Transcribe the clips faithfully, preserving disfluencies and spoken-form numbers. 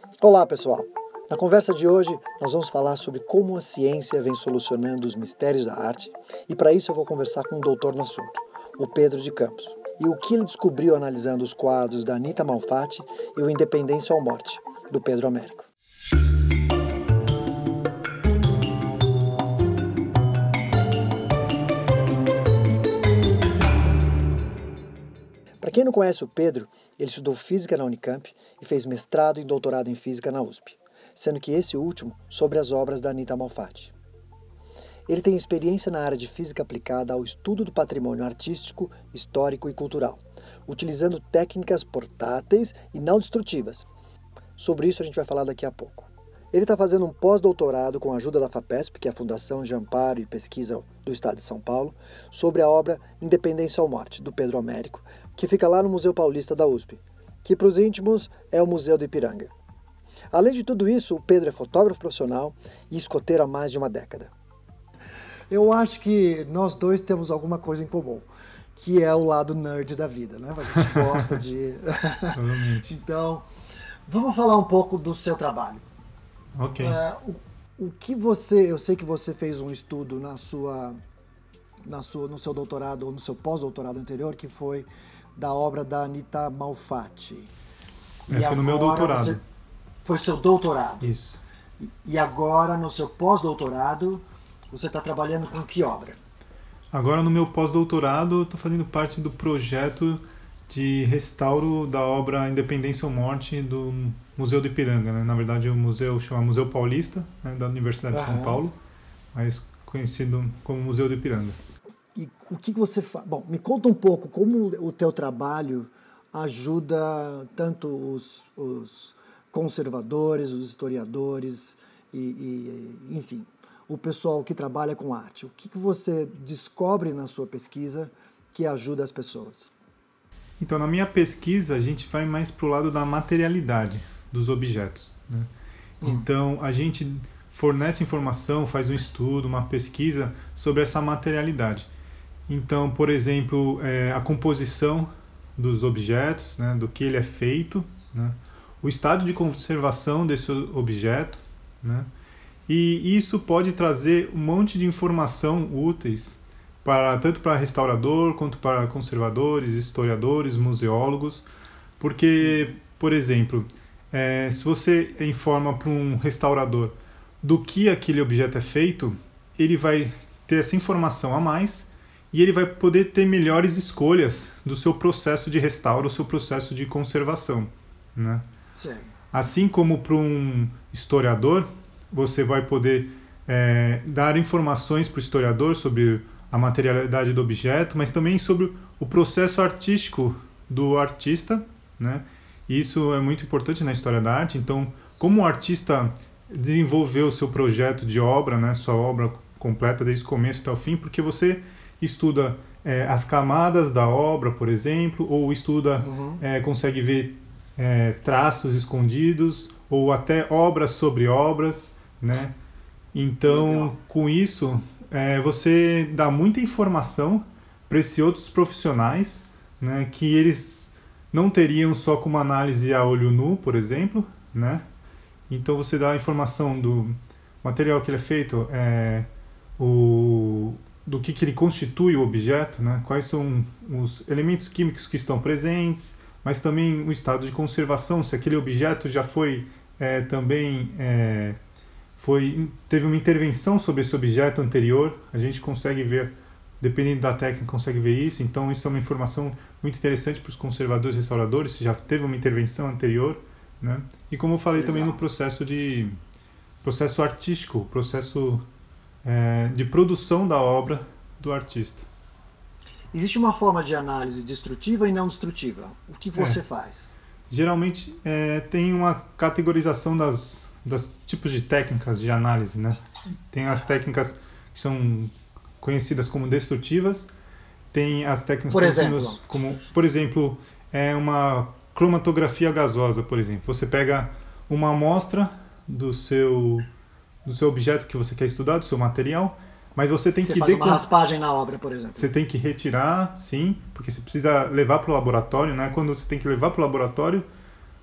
Olá, pessoal! Na conversa de hoje, nós vamos falar sobre como a ciência vem solucionando os mistérios da arte, e para isso eu vou conversar com um doutor no assunto, o Pedro de Campos, e o que ele descobriu analisando os quadros da Anita Malfatti e o Independência ou Morte, do Pedro Américo. Para quem não conhece o Pedro, ele estudou Física na Unicamp e fez mestrado e doutorado em Física na U S P, sendo que esse último sobre as obras da Anita Malfatti. Ele tem experiência na área de Física aplicada ao estudo do patrimônio artístico, histórico e cultural, utilizando técnicas portáteis e não destrutivas. Sobre isso a gente vai falar daqui a pouco. Ele está fazendo um pós-doutorado com a ajuda da FAPESP, que é a Fundação de Amparo e Pesquisa do Estado de São Paulo, sobre a obra Independência ou Morte, do Pedro Américo, que fica lá no Museu Paulista da U S P, que para os íntimos é o Museu do Ipiranga. Além de tudo isso, o Pedro é fotógrafo profissional e escoteiro há mais de uma década. Eu acho que nós dois temos alguma coisa em comum, que é o lado nerd da vida, né? A gente gosta de... Então, vamos falar um pouco do seu trabalho. Ok. É, o, o que você... Eu sei que você fez um estudo na sua, na sua, no seu doutorado ou no seu pós-doutorado anterior, que foi da obra da Anita Malfatti. É, foi no meu doutorado. Você, foi seu doutorado. Isso. E, e agora, no seu pós-doutorado, você está trabalhando com que obra? Agora, no meu pós-doutorado, eu estou fazendo parte do projeto de restauro da obra Independência ou Morte do Museu do Ipiranga, né? Na verdade, o museu chama Museu Paulista, né, da Universidade de São Aham. Paulo, mas conhecido como Museu do Ipiranga. E o que você faz? Bom, me conta um pouco como o teu trabalho ajuda tanto os, os conservadores, os historiadores e, e, enfim, o pessoal que trabalha com arte. O que, que você descobre na sua pesquisa que ajuda as pessoas? Então, na minha pesquisa, a gente vai mais para o lado da materialidade dos objetos, né? Hum. Então, a gente fornece informação, faz um estudo, uma pesquisa sobre essa materialidade. Então, por exemplo, é, a composição dos objetos, né, do que ele é feito, né, o estado de conservação desse objeto, né, e isso pode trazer um monte de informação úteis para, tanto para restaurador quanto para conservadores, historiadores, museólogos, porque, por exemplo, é, se você informa para um restaurador do que aquele objeto é feito, ele vai ter essa informação a mais e ele vai poder ter melhores escolhas do seu processo de restauro, do seu processo de conservação, né? Sim. Assim como para um historiador, você vai poder é, dar informações para o historiador sobre a materialidade do objeto, mas também sobre o processo artístico do artista, né? E isso é muito importante na história da arte. Então, como o artista desenvolveu o seu projeto de obra, né, sua obra completa desde o começo até o fim, porque você estuda é, as camadas da obra, por exemplo, ou estuda, Uhum. é, consegue ver é, traços escondidos, ou até obras sobre obras, né? Então, Legal. com isso, é, você dá muita informação para esses outros profissionais, né, que eles não teriam só como análise a olho nu, por exemplo, né? Então você dá a informação do material que ele é feito, é, o, do que, que ele constitui o objeto, né? Quais são os elementos químicos que estão presentes, mas também o estado de conservação, se aquele objeto já foi é, também é, foi, teve uma intervenção sobre esse objeto anterior, a gente consegue ver, dependendo da técnica, consegue ver isso. Então isso é uma informação muito interessante para os conservadores e restauradores, se já teve uma intervenção anterior, né? E como eu falei Legal. também no processo de processo artístico, processo é, de produção da obra do artista. Existe uma forma de análise destrutiva e não destrutiva. O que você É. faz? Geralmente é, tem uma categorização das, das tipos de técnicas de análise, né? Tem as técnicas que são conhecidas como destrutivas, tem as técnicas Por conhecidas exemplo? como, por exemplo, é uma cromatografia gasosa, por exemplo. Você pega uma amostra do seu, do seu objeto que você quer estudar, do seu material, mas você tem Você que faz decom- uma raspagem na obra, por exemplo. Você tem que retirar, sim, porque você precisa levar para o laboratório, né? Quando você tem que levar para o laboratório,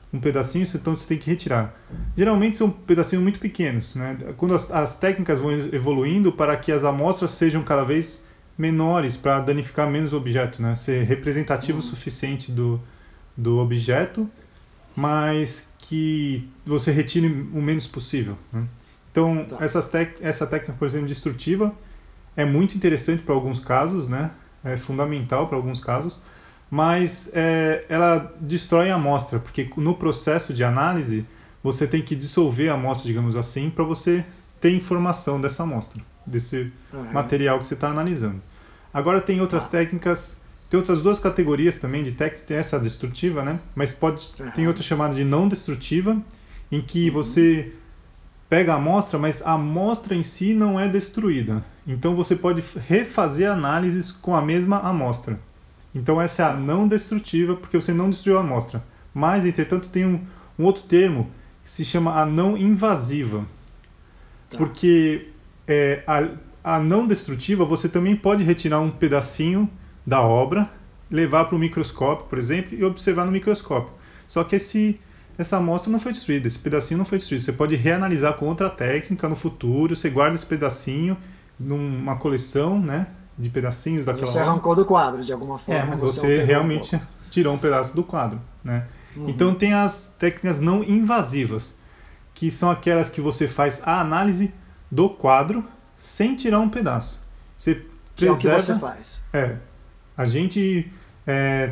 um pedacinho, então você tem que retirar. Geralmente são pedacinhos muito pequenos, né? Quando as, as técnicas vão evoluindo para que as amostras sejam cada vez menores, para danificar menos o objeto, né? Ser representativo o suficiente do, do objeto, mas que você retire o menos possível, né? Então, Tá. essas tec, essa técnica, por exemplo, destrutiva, é muito interessante para alguns casos, né? É fundamental para alguns casos, mas é, ela destrói a amostra, porque no processo de análise você tem que dissolver a amostra, digamos assim, para você ter informação dessa amostra, desse Uhum. material que você está analisando. Agora tem outras Ah. técnicas, tem outras duas categorias também de técnica, tem essa destrutiva, né? Mas pode, Uhum. tem outra chamada de não destrutiva, em que você pega a amostra, mas a amostra em si não é destruída. Então você pode refazer análises com a mesma amostra. Então essa é a não destrutiva, porque você não destruiu a amostra. Mas, entretanto, tem um, um outro termo que se chama a não invasiva. Tá. Porque é, a, a não destrutiva, você também pode retirar um pedacinho da obra, levar para o microscópio, por exemplo, e observar no microscópio. Só que esse, essa amostra não foi destruída, esse pedacinho não foi destruído. Você pode reanalisar com outra técnica no futuro, você guarda esse pedacinho numa coleção, né, de pedacinhos daquela Você obra. arrancou do quadro, de alguma forma. É, mas você, você realmente um tirou um pedaço do quadro, né? Uhum. Então tem as técnicas não invasivas, que são aquelas que você faz a análise do quadro sem tirar um pedaço. Você que preserva, é o que você faz. É. A gente é,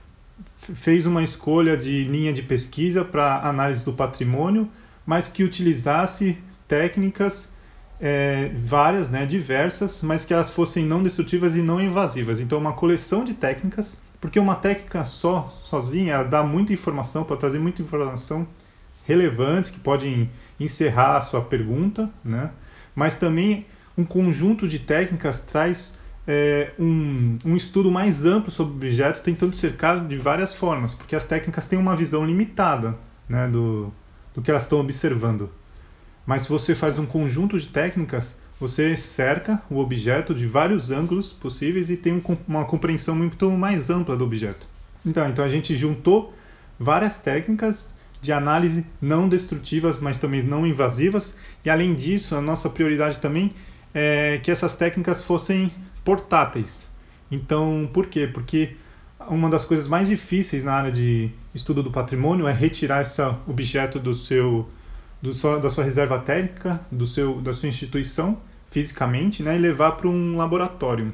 fez uma escolha de linha de pesquisa para análise do patrimônio, mas que utilizasse técnicas É, várias, né, diversas, mas que elas fossem não destrutivas e não invasivas. Então, uma coleção de técnicas, porque uma técnica só, sozinha, ela dá muita informação, pode trazer muita informação relevante, que podem encerrar a sua pergunta, né? Mas também um conjunto de técnicas traz é, um, um estudo mais amplo sobre o objeto, tentando cercar de várias formas, porque as técnicas têm uma visão limitada, né, do, do que elas estão observando. Mas se você faz um conjunto de técnicas, você cerca o objeto de vários ângulos possíveis e tem um, uma compreensão muito mais ampla do objeto. Então, então a gente juntou várias técnicas de análise não destrutivas, mas também não invasivas. E além disso, a nossa prioridade também é que essas técnicas fossem portáteis. Então, por quê? Porque uma das coisas mais difíceis na área de estudo do patrimônio é retirar esse objeto do seu... Do sua, da sua reserva técnica, do seu, da sua instituição, fisicamente, né, e levar para um laboratório.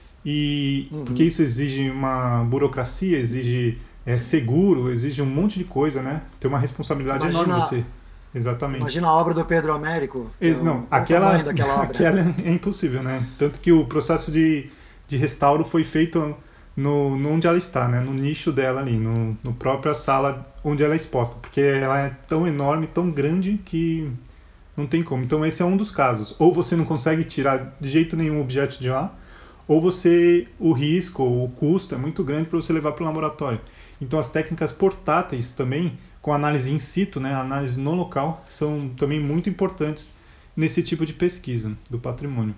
E, uhum. Porque isso exige uma burocracia, exige é, seguro, exige um monte de coisa, né? Tem uma responsabilidade Imagina, enorme você. Exatamente. Imagina a obra do Pedro Américo. Ex, é não, um, aquela, daquela obra. aquela é impossível, né? Tanto que o processo de, de restauro foi feito no, no onde ela está, né? No nicho dela ali, no, no própria sala onde ela é exposta, porque ela é tão enorme, tão grande que não tem como. Então esse é um dos casos. Ou você não consegue tirar de jeito nenhum o objeto de lá, ou você o risco, ou o custo é muito grande para você levar para o laboratório. Então as técnicas portáteis também, com análise in situ, né, análise no local, são também muito importantes nesse tipo de pesquisa do patrimônio.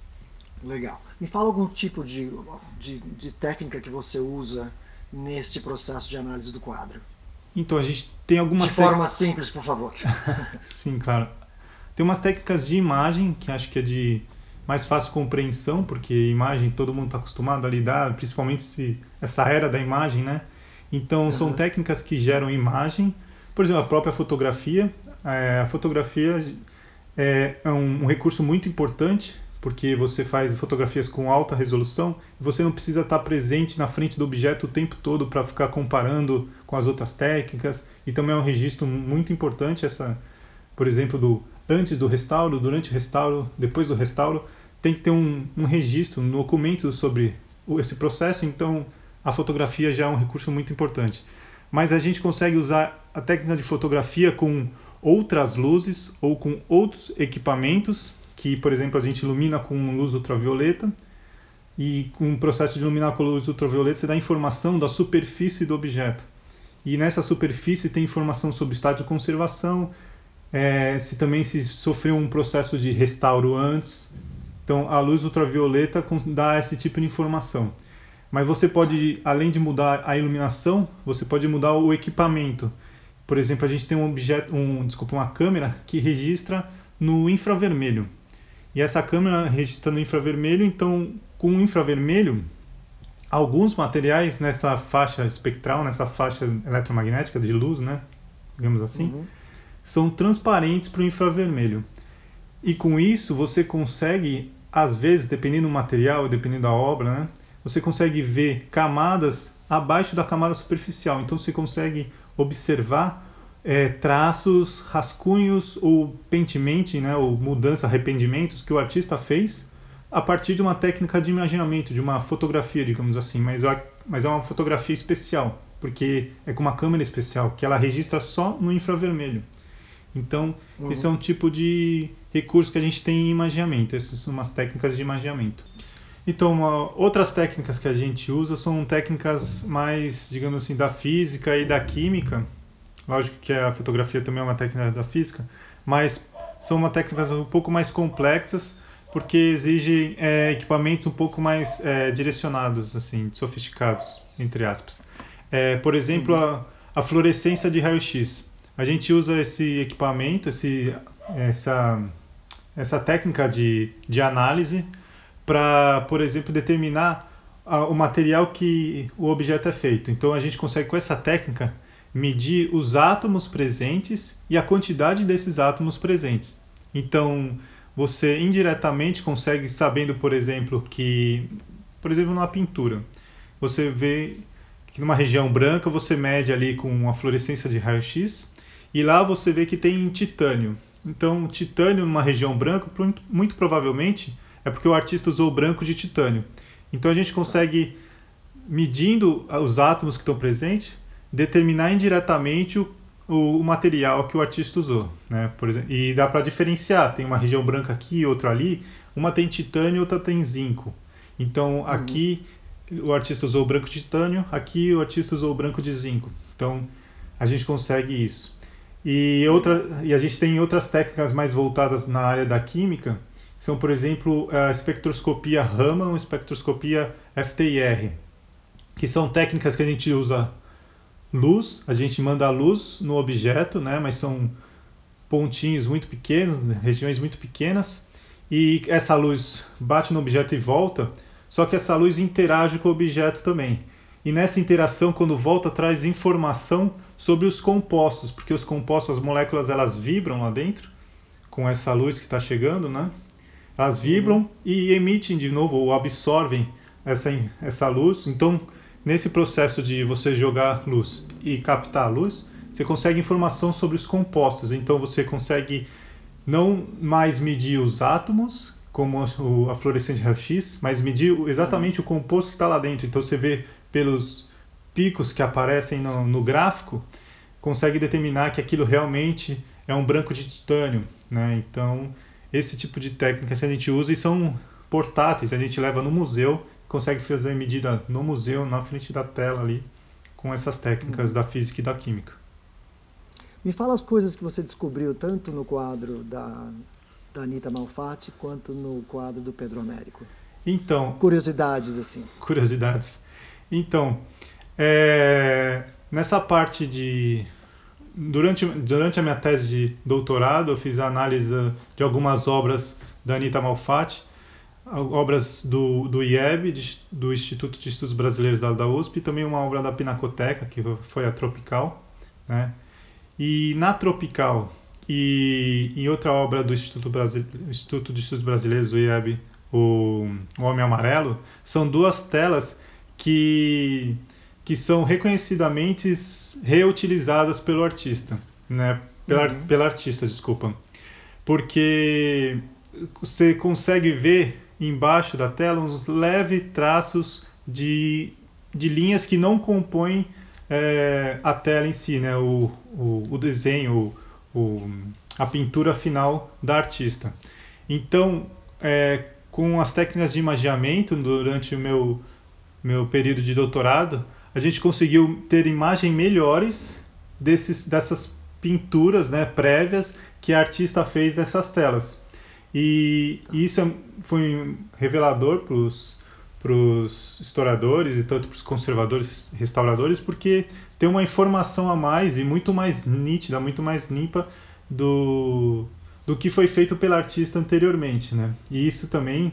Legal. Me fala algum tipo de, de, de técnica que você usa neste processo de análise do quadro. Então, a gente tem algumas... De forma tec... simples, por favor. Sim, claro. Tem umas técnicas de imagem, que acho que é de mais fácil compreensão, porque imagem todo mundo está acostumado a lidar, principalmente se essa era da imagem, né? Então, uhum. São técnicas que geram imagem. Por exemplo, a própria fotografia. É, a fotografia é, é um, um recurso muito importante, porque você faz fotografias com alta resolução, você não precisa estar presente na frente do objeto o tempo todo para ficar comparando com as outras técnicas, e também é um registro muito importante, essa, por exemplo, do antes do restauro, durante o restauro, depois do restauro, tem que ter um, um registro, um documento sobre esse processo, então a fotografia já é um recurso muito importante. Mas a gente consegue usar a técnica de fotografia com outras luzes ou com outros equipamentos, que, por exemplo, a gente ilumina com luz ultravioleta, e com o processo de iluminar com luz ultravioleta você dá informação da superfície do objeto. E nessa superfície tem informação sobre o estado de conservação, é, se também se sofreu um processo de restauro antes. Então a luz ultravioleta dá esse tipo de informação. Mas você pode, além de mudar a iluminação, você pode mudar o equipamento. por exemplo, a gente tem um objeto, um, desculpa, uma câmera que registra no infravermelho. E essa câmera registra no infravermelho, então com o infravermelho, alguns materiais nessa faixa espectral, nessa faixa eletromagnética de luz, né, digamos assim, uhum. são transparentes para o infravermelho. E com isso você consegue, às vezes, dependendo do material e dependendo da obra, né, você consegue ver camadas abaixo da camada superficial. Então você consegue observar é, traços, rascunhos ou pentimento, né, ou mudança, arrependimentos que o artista fez a partir de uma técnica de imaginamento, de uma fotografia, digamos assim. Mas, mas é uma fotografia especial, porque é com uma câmera especial, que ela registra só no infravermelho. Então, uhum. esse é um tipo de recurso que a gente tem em imaginamento. Essas são umas técnicas de imaginamento. Então, uma, outras técnicas que a gente usa são técnicas mais, digamos assim, da física e da química. Lógico que a fotografia também é uma técnica da física, mas são uma técnicas um pouco mais complexas, porque exigem é, equipamentos um pouco mais é, direcionados, assim, sofisticados, entre aspas. É, por exemplo, a, a fluorescência de raio-x. A gente usa esse equipamento, esse, essa, essa técnica de, de análise para, por exemplo, determinar a, o material que o objeto é feito. Então a gente consegue, com essa técnica, medir os átomos presentes e a quantidade desses átomos presentes. Então você indiretamente consegue, sabendo, por exemplo, que, por exemplo, numa pintura, você vê que numa região branca você mede ali com a fluorescência de raio-x e lá você vê que tem titânio. Então, titânio numa região branca, muito, muito provavelmente, é porque o artista usou branco de titânio. Então a gente consegue, medindo os átomos que estão presentes, determinar indiretamente o, o, o material que o artista usou, né? Por exemplo, e dá para diferenciar, tem uma região branca aqui, outra ali, uma tem titânio, outra tem zinco. Então aqui uhum. o artista usou o branco de titânio, aqui o artista usou o branco de zinco. Então a gente consegue isso. E, outra, e a gente tem outras técnicas mais voltadas na área da química, que são, por exemplo, a espectroscopia Raman ou espectroscopia F T I R, que são técnicas que a gente usa luz, a gente manda a luz no objeto, né, mas são pontinhos muito pequenos, regiões muito pequenas, e essa luz bate no objeto e volta, só que essa luz interage com o objeto também. E nessa interação, quando volta, traz informação sobre os compostos, porque os compostos, as moléculas, elas vibram lá dentro, com essa luz que está chegando, né? Elas vibram uhum. e emitem de novo, ou absorvem essa, essa luz. Então, nesse processo de você jogar luz e captar a luz, você consegue informação sobre os compostos. Então, você consegue não mais medir os átomos, como a fluorescência de raio-x, mas medir exatamente uhum. o composto que está lá dentro. Então, você vê pelos picos que aparecem no, no gráfico, consegue determinar que aquilo realmente é um branco de titânio, né? Então, esse tipo de técnica que a gente usa, e são portáteis, a gente leva no museu, consegue fazer medida no museu, na frente da tela ali, com essas técnicas uhum. da física e da química. Me fala as coisas que você descobriu tanto no quadro da, da Anita Malfatti quanto no quadro do Pedro Américo. Então... Curiosidades, assim. Curiosidades. Então, é, nessa parte de... Durante, durante a minha tese de doutorado, eu fiz a análise de algumas obras da Anita Malfatti, obras do, do I E B, de, do Instituto de Estudos Brasileiros da, da U S P, e também uma obra da Pinacoteca, que foi a Tropical, né? E na Tropical e em outra obra do Instituto, Brasi, Instituto de Estudos Brasileiros, do I E B, o, o Homem Amarelo, são duas telas que... que são reconhecidamente reutilizadas pelo artista, né? Pela, uhum. pela artista, desculpa. Porque você consegue ver embaixo da tela uns leves traços de, de linhas que não compõem é, a tela em si, né? O, o, o desenho, o, o, a pintura final da artista. Então, é, com as técnicas de imaginamento, durante o meu, meu período de doutorado, a gente conseguiu ter imagens melhores desses, dessas pinturas, né, prévias que a artista fez nessas telas. E, e isso é, foi revelador para para os historiadores e tanto para os conservadores, restauradores, porque tem uma informação a mais e muito mais nítida, muito mais limpa do, do que foi feito pelo artista anteriormente, né? E isso também,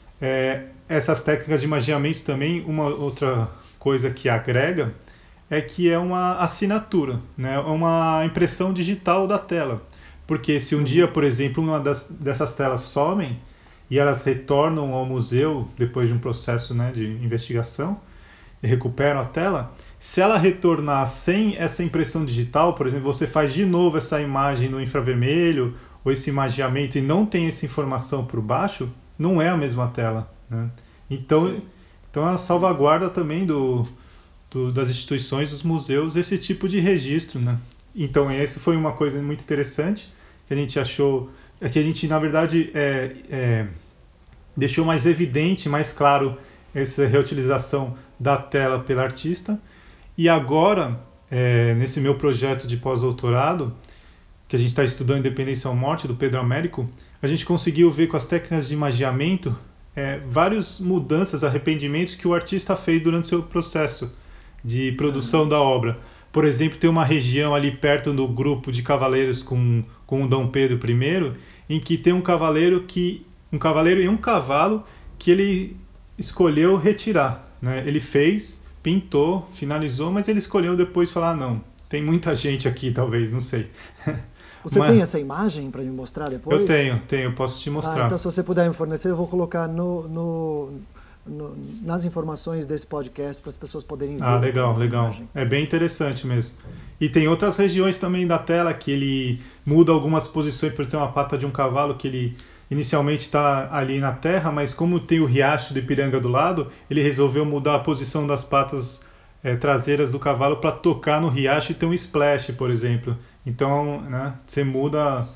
é, essas técnicas de magiamento também, uma outra coisa que agrega é que é uma assinatura, né? É uma impressão digital da tela. Porque se um dia, por exemplo, uma das, dessas telas somem e elas retornam ao museu depois de um processo, né, de investigação e recuperam a tela, se ela retornar sem essa impressão digital, por exemplo, você faz de novo essa imagem no infravermelho ou esse imagiamento e não tem essa informação por baixo, não é a mesma tela, né? Então, então é a salvaguarda também do, do, das instituições, dos museus, esse tipo de registro, né? Então, essa foi uma coisa muito interessante que a gente achou, é que a gente, na verdade, é, é, deixou mais evidente, mais claro essa reutilização da tela pelo artista. E agora, é, nesse meu projeto de pós-doutorado, que a gente está estudando Independência ou Morte, do Pedro Américo, a gente conseguiu ver com as técnicas de imagiamento é, várias mudanças, arrependimentos que o artista fez durante o seu processo de produção uhum. da obra. Por exemplo, tem uma região ali perto do grupo de cavaleiros com, com o Dom Pedro I, em que tem um cavaleiro, que, um cavaleiro e um cavalo que ele escolheu retirar, né? Ele fez, pintou, finalizou, mas ele escolheu depois falar, ah, não, tem muita gente aqui, talvez, não sei. Você mas... tem essa imagem para me mostrar depois? Eu tenho, tenho, posso te mostrar. Ah, então se você puder me fornecer, eu vou colocar no... no... No, nas informações desse podcast para as pessoas poderem ver. Ah, legal, legal. Imagem. É bem interessante mesmo. E tem outras regiões também da tela que ele muda algumas posições, por exemplo, uma pata de um cavalo que ele inicialmente está ali na terra, mas como tem o riacho de Ipiranga do lado, ele resolveu mudar a posição das patas é, traseiras do cavalo para tocar no riacho e ter um splash, por exemplo. Então, né, você muda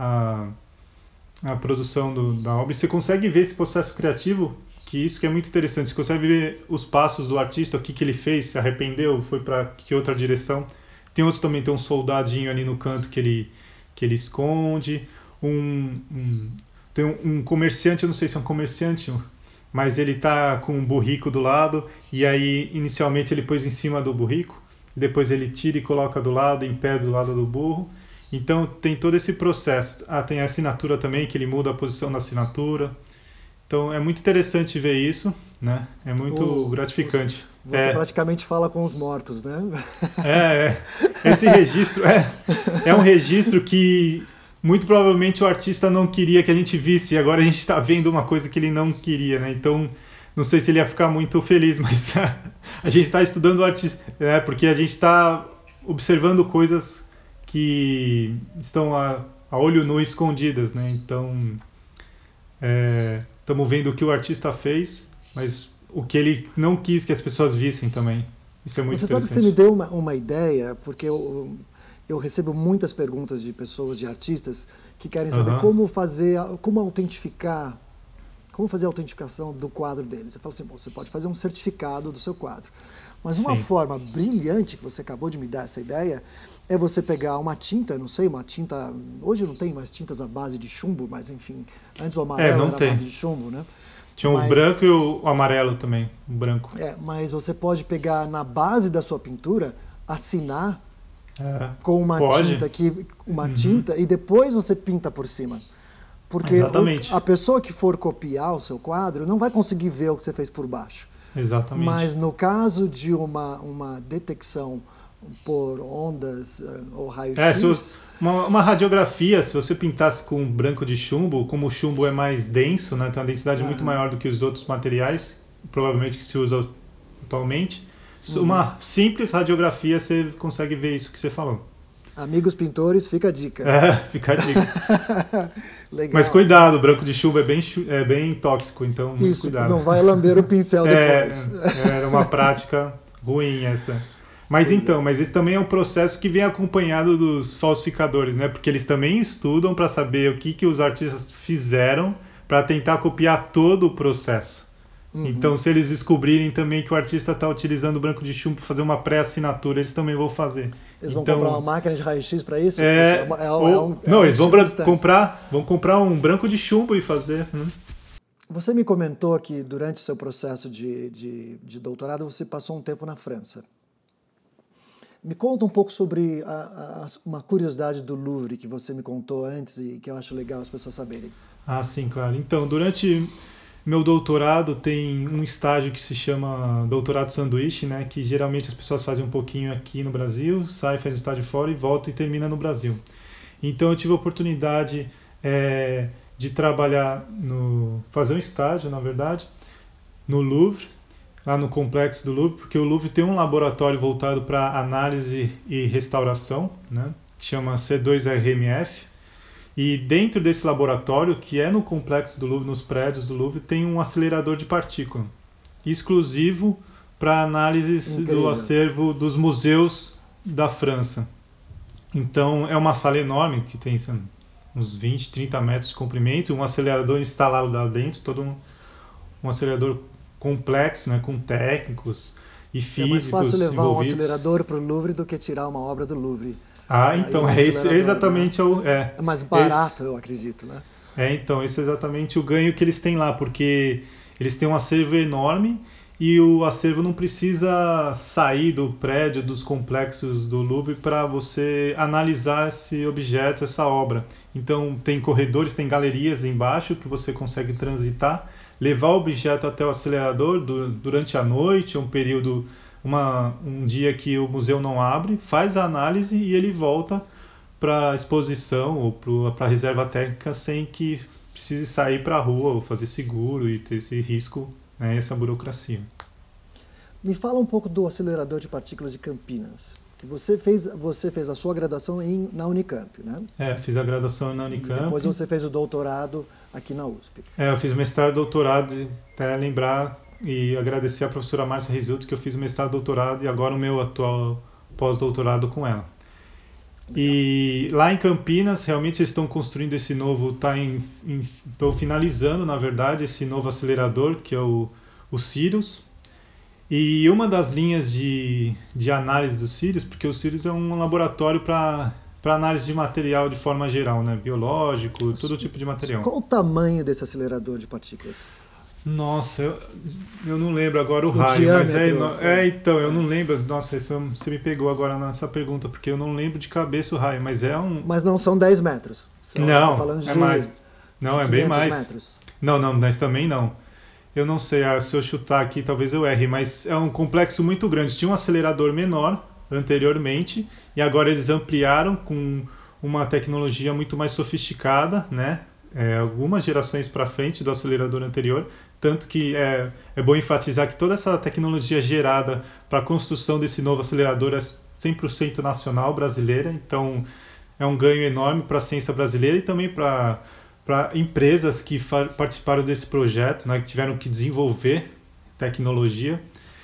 a, a produção do, da obra e você consegue ver esse processo criativo, que isso que é muito interessante. Você consegue ver os passos do artista, o que, que ele fez, se arrependeu, foi para que outra direção. Tem outros também, tem um soldadinho ali no canto que ele, que ele esconde. Um, um, tem um, um comerciante, eu não sei se é um comerciante, mas ele tá com um burrico do lado, e aí inicialmente ele pôs em cima do burrico, depois ele tira e coloca do lado, em pé do lado do burro. Então tem todo esse processo. Ah, tem a assinatura também, que ele muda a posição da assinatura. Então é muito interessante ver isso, né? É muito o, gratificante. Você, você é. praticamente fala com os mortos, né? É, é. Esse registro é, é um registro que muito provavelmente o artista não queria que a gente visse, e agora a gente está vendo uma coisa que ele não queria, né? Então, não sei se ele ia ficar muito feliz, mas a gente está estudando o artista, né? Porque a gente está observando coisas que estão a, a olho nu escondidas, né? Então, é... estamos vendo o que o artista fez, mas o que ele não quis que as pessoas vissem também. Isso é muito você interessante. Você sabe que você me deu uma, uma ideia, porque eu, eu recebo muitas perguntas de pessoas, de artistas, que querem saber uhum. como fazer, como autentificar, como fazer a autentificação do quadro deles. Eu falo assim, bom, você pode fazer um certificado do seu quadro. Mas uma Sim. forma brilhante, que você acabou de me dar essa ideia, é você pegar uma tinta, não sei, uma tinta... Hoje não tem mais tintas à base de chumbo, mas enfim, antes o amarelo é, era tem. a base de chumbo, né? Tinha mas, o branco e o amarelo também, o branco. É, mas você pode pegar na base da sua pintura, assinar é, com uma pode. tinta, que, uma uhum. tinta e depois você pinta por cima. Porque o, a pessoa que for copiar o seu quadro não vai conseguir ver o que você fez por baixo. Exatamente. Mas no caso de uma, uma detecção por ondas uh, ou raio-x... É, uma, uma radiografia, se você pintasse com branco de chumbo, como o chumbo é mais denso, né, tem uma densidade uhum. muito maior do que os outros materiais, provavelmente que se usa atualmente, uhum. uma simples radiografia você consegue ver isso que você falou. Amigos pintores, fica a dica. É, fica a dica. Legal. Mas cuidado, o branco de chumbo é bem, é bem tóxico, então muito isso, cuidado. Não vai lamber o pincel depois. É, era uma prática ruim essa. Mas pois então, é. mas esse também é um processo que vem acompanhado dos falsificadores, né? Porque eles também estudam para saber o que, que os artistas fizeram para tentar copiar todo o processo. Uhum. Então, se eles descobrirem também que o artista está utilizando o branco de chumbo para fazer uma pré-assinatura, eles também vão fazer. Eles vão então, comprar uma máquina de raio-x para isso? É, é, é, ou, é um, não, é eles vão comprar, vão comprar um branco de chumbo e fazer. Hum. Você me comentou que durante o seu processo de, de, de doutorado você passou um tempo na França. Me conta um pouco sobre a, a, uma curiosidade do Louvre que você me contou antes e que eu acho legal as pessoas saberem. Ah, sim, claro. Então, durante meu doutorado tem um estágio que se chama doutorado sanduíche, né? Que geralmente as pessoas fazem um pouquinho aqui no Brasil, sai, faz o estágio fora e volta e termina no Brasil. Então eu tive a oportunidade é, de trabalhar, no, fazer um estágio, na verdade, no Louvre, lá no complexo do Louvre, porque o Louvre tem um laboratório voltado para análise e restauração, né? Que chama C dois R M F. E dentro desse laboratório, que é no complexo do Louvre, nos prédios do Louvre, tem um acelerador de partícula, exclusivo para análises Incrível. do acervo dos museus da França. Então, é uma sala enorme, que tem assim, uns vinte, trinta metros de comprimento, um acelerador instalado lá dentro, todo um, um acelerador complexo, né, com técnicos e físicos. É mais fácil levar envolvidos. um acelerador para o Louvre do que tirar uma obra do Louvre. Ah, então, é esse, exatamente né? o... É, é mais barato, esse, eu acredito, né? É, então, esse é exatamente o ganho que eles têm lá, porque eles têm um acervo enorme e o acervo não precisa sair do prédio, dos complexos do Louvre para você analisar esse objeto, essa obra. Então, tem corredores, tem galerias embaixo que você consegue transitar, levar o objeto até o acelerador do, durante a noite, um período... Uma, um dia que o museu não abre, faz a análise e ele volta para a exposição ou para a reserva técnica sem que precise sair para a rua ou fazer seguro e ter esse risco, né, essa burocracia. Me fala um pouco do acelerador de partículas de Campinas. Que você fez, você fez a sua graduação em, na Unicamp, né? É, fiz a graduação na Unicamp. E depois você fez o doutorado aqui na U S P. É, eu fiz mestrado e doutorado, até lembrar... E agradecer a professora Márcia Risulto, que eu fiz o mestrado e doutorado e agora o meu atual pós-doutorado com ela. Legal. E lá em Campinas, realmente eles estão construindo esse novo, tá em, em, estão finalizando, na verdade, esse novo acelerador, que é o, o Sirius. E uma das linhas de, de análise do Sirius, porque o Sirius é um laboratório para para análise de material de forma geral, né? Biológico, todo tipo de material. Qual o tamanho desse acelerador de partículas? Nossa, eu, eu não lembro agora o, o raio, diâmetro, mas é, é, então, eu não lembro, nossa, isso, você me pegou agora nessa pergunta, porque eu não lembro de cabeça o raio, mas é um... Mas não são dez metros? Você não, tá falando de, é mais, não, é bem mais. Metros. Não, não, mas também não. Eu não sei, se eu chutar aqui talvez eu erre, mas é um complexo muito grande, tinha um acelerador menor anteriormente, e agora eles ampliaram com uma tecnologia muito mais sofisticada, né? É, algumas gerações para frente do acelerador anterior, tanto que é, é bom enfatizar que toda essa tecnologia gerada para a construção desse novo acelerador é cem por cento nacional, brasileira, então é um ganho enorme para a ciência brasileira e também para para empresas que participaram desse projeto, né, que tiveram que desenvolver tecnologia.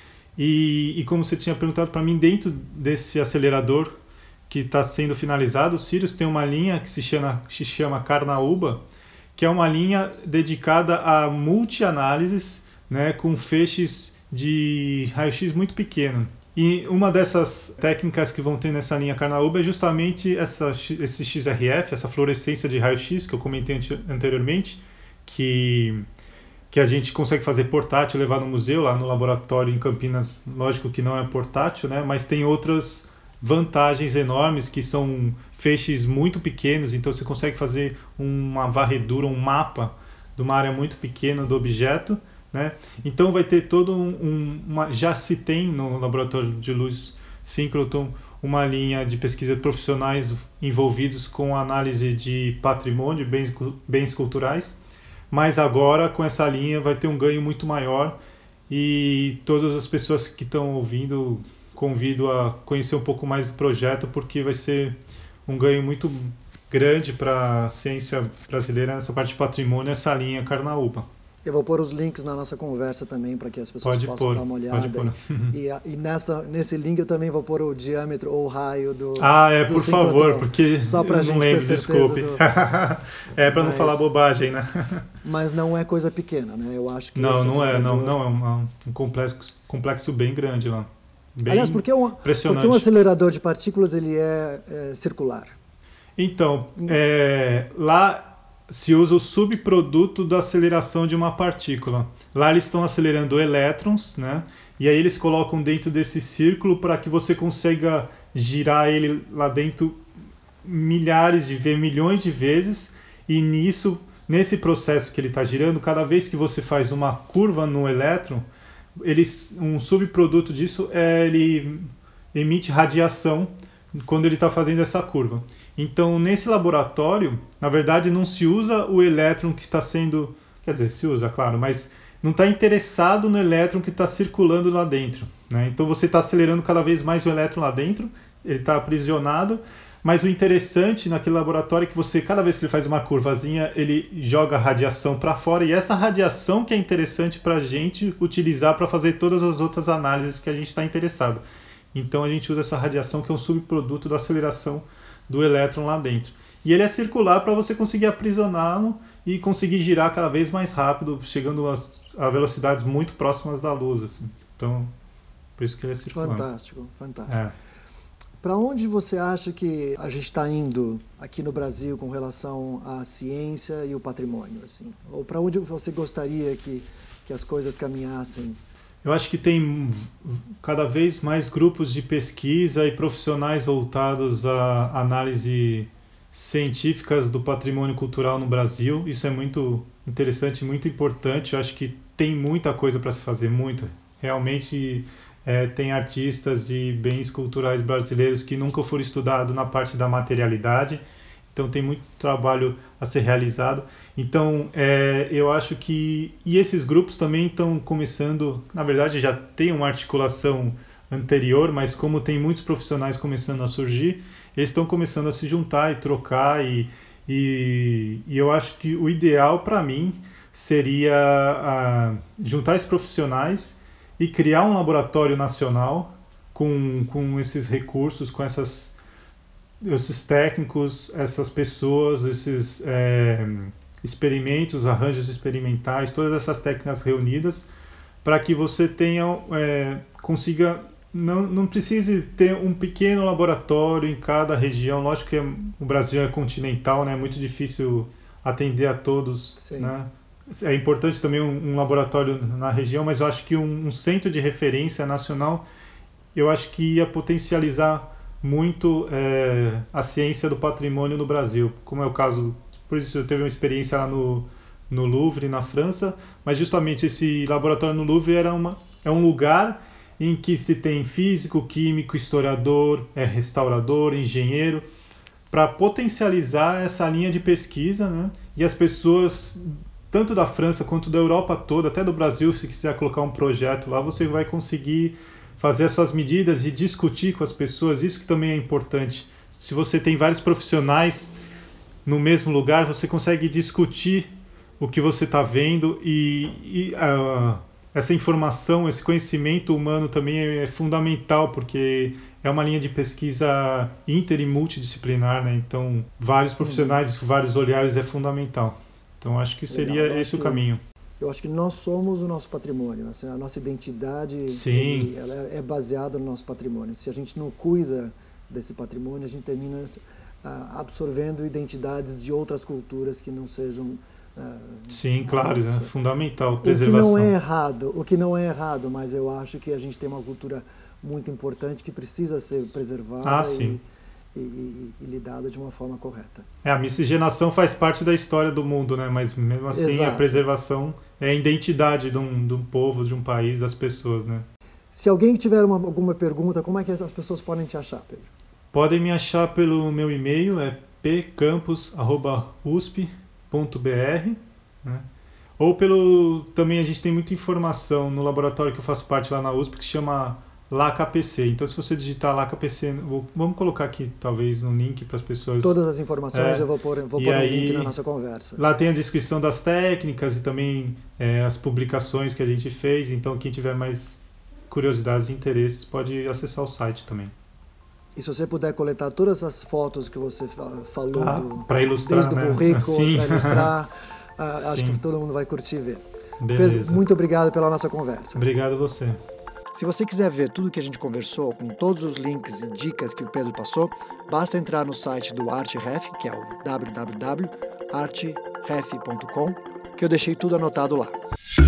E, e como você tinha perguntado para mim, dentro desse acelerador que está sendo finalizado, o Sirius tem uma linha que se chama, se chama Carnaúba, que é uma linha dedicada a multi-análises, né, com feixes de raio-x muito pequeno. E uma dessas técnicas que vão ter nessa linha Carnaúba é justamente essa, esse X R F, essa fluorescência de raio-x que eu comentei anteriormente, que, que a gente consegue fazer portátil, levar no museu, lá no laboratório em Campinas. Lógico que não é portátil, né, mas tem outras vantagens enormes, que são feixes muito pequenos, então você consegue fazer uma varredura, um mapa de uma área muito pequena do objeto, né? Então vai ter todo um, um uma, já se tem no laboratório de luz síncroton uma linha de pesquisa de profissionais envolvidos com análise de patrimônio, bens, bens culturais, mas agora com essa linha vai ter um ganho muito maior e todas as pessoas que estão ouvindo convido a conhecer um pouco mais do projeto, porque vai ser um ganho muito grande para a ciência brasileira nessa parte de patrimônio, essa linha Carnaúba. Eu vou pôr os links na nossa conversa também para que as pessoas pode possam pôr, dar uma olhada. E, e nessa, nesse link eu também vou pôr o diâmetro ou o raio do Ah, é, do por favor, porque só pra eu gente não lembro, ter desculpe. Do... é para não mas, falar bobagem, né? Mas não é coisa pequena, né? Eu acho que Não, não é, não, não é um, um complexo, complexo bem grande lá. Bem Aliás, porque um, porque um acelerador de partículas ele é, é circular? Então, é, lá se usa o subproduto da aceleração de uma partícula. Lá eles estão acelerando elétrons, né? E aí eles colocam dentro desse círculo para que você consiga girar ele lá dentro milhares de vezes, milhões de vezes, e nisso, nesse processo que ele está girando, cada vez que você faz uma curva no elétron, eles, um subproduto disso é ele emite radiação quando ele está fazendo essa curva. Então, nesse laboratório, na verdade, não se usa o elétron que está sendo... Quer dizer, se usa, claro, mas não está interessado no elétron que está circulando lá dentro, né? Então, você está acelerando cada vez mais o elétron lá dentro, ele está aprisionado, mas o interessante naquele laboratório é que você, cada vez que ele faz uma curvazinha, ele joga radiação para fora, e essa radiação que é interessante para a gente utilizar para fazer todas as outras análises que a gente está interessado. Então, a gente usa essa radiação que é um subproduto da aceleração do elétron lá dentro. E ele é circular para você conseguir aprisioná-lo e conseguir girar cada vez mais rápido, chegando a, a velocidades muito próximas da luz, assim. Então, por isso que ele é circular. Fantástico, fantástico. É. Para onde você acha que a gente está indo aqui no Brasil com relação à ciência e o patrimônio, assim? Ou para onde você gostaria que, que as coisas caminhassem? Eu acho que tem cada vez mais grupos de pesquisa e profissionais voltados a análise científicas do patrimônio cultural no Brasil. Isso é muito interessante, muito importante. Eu acho que tem muita coisa para se fazer, muito. Realmente é, tem artistas e bens culturais brasileiros que nunca foram estudados na parte da materialidade. Então tem muito trabalho a ser realizado. Então é, eu acho que... E esses grupos também estão começando... Na verdade já tem uma articulação anterior, mas como tem muitos profissionais começando a surgir, eles estão começando a se juntar e trocar. E, e, e eu acho que o ideal para mim seria a, juntar esses profissionais e criar um laboratório nacional com, com esses recursos, com essas... esses técnicos, essas pessoas, esses é, experimentos, arranjos experimentais, todas essas técnicas reunidas, para que você tenha, é, consiga, não, não precise ter um pequeno laboratório em cada região. Lógico que o Brasil é continental, né? É muito difícil atender a todos, Sim. Né? É importante também um, um laboratório na região, mas eu acho que um, um centro de referência nacional, eu acho que ia potencializar muito é, a ciência do patrimônio no Brasil, como é o caso, por isso eu teve uma experiência lá no, no Louvre, na França, mas justamente esse laboratório no Louvre era uma, é um lugar em que se tem físico, químico, historiador, é, restaurador, engenheiro, para potencializar essa linha de pesquisa, né? E as pessoas, tanto da França quanto da Europa toda, até do Brasil, se quiser colocar um projeto lá, você vai conseguir fazer as suas medidas e discutir com as pessoas. Isso que também é importante. Se você tem vários profissionais no mesmo lugar, você consegue discutir o que você está vendo e, e uh, essa informação, esse conhecimento humano também é, é fundamental, porque é uma linha de pesquisa inter e multidisciplinar, né? Então, vários profissionais, uhum. vários olhares é fundamental. Então, acho que seria Legal, esse o caminho. Eu acho que nós somos o nosso patrimônio. Assim, a nossa identidade ele, ela é baseada no nosso patrimônio. Se a gente não cuida desse patrimônio, a gente termina uh, absorvendo identidades de outras culturas que não sejam... Uh, Sim, claro, é fundamental. Preservação. O que não é errado, o que não é errado, mas eu acho que a gente tem uma cultura muito importante que precisa ser preservada ah, sim. E, e, e, e lidada de uma forma correta. É, a miscigenação faz parte da história do mundo, né? Mas mesmo assim Exato. A preservação é a identidade de um, de um povo, de um país, das pessoas, né? Se alguém tiver uma, alguma pergunta, como é que as pessoas podem te achar, Pedro? Podem me achar pelo meu e-mail, é p campus arroba u s p ponto b r, né? Ou pelo... Também a gente tem muita informação no laboratório que eu faço parte lá na U S P, que chama LACAPC. Então, se você digitar LACAPC, vou, vamos colocar aqui, talvez, no link para as pessoas... Todas as informações é, eu vou pôr, vou pôr aí, no link na nossa conversa. Lá tem a descrição das técnicas e também é, as publicações que a gente fez. Então, quem tiver mais curiosidades e interesses pode acessar o site também. E se você puder coletar todas as fotos que você falou, tá, para ilustrar, desde né? o burrico, para ilustrar, acho que todo mundo vai curtir ver. Beleza. Pedro, muito obrigado pela nossa conversa. Obrigado a você. Se você quiser ver tudo que a gente conversou, com todos os links e dicas que o Pedro passou, basta entrar no site do ArtRef, que é o w w w ponto arte ref ponto com, que eu deixei tudo anotado lá.